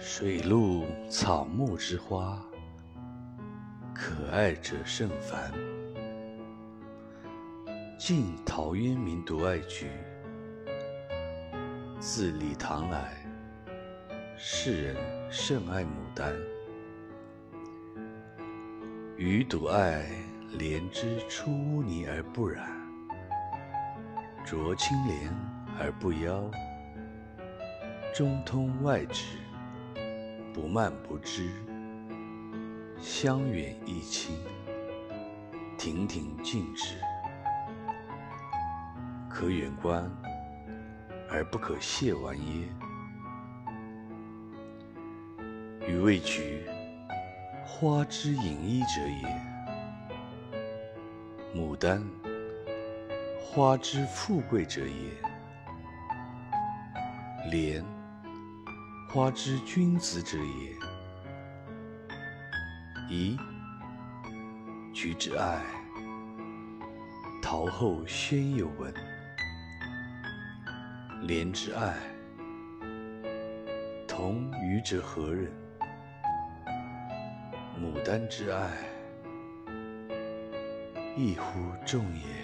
水陆草木之花，可爱者甚蕃。晋陶渊明独爱菊，自李唐来，世人甚爱牡丹。予独爱莲之出污泥而不染，濯清涟而不妖，中通外直，不蔓不枝，香远益清，亭亭净植，可远观而不可亵玩耶？予谓菊，花之隐逸者也；牡丹，花之富贵者也；莲，花之君子者也。宜菊之爱，陶后宣有闻；莲之爱，同予者何人？牡丹之爱，异乎众也。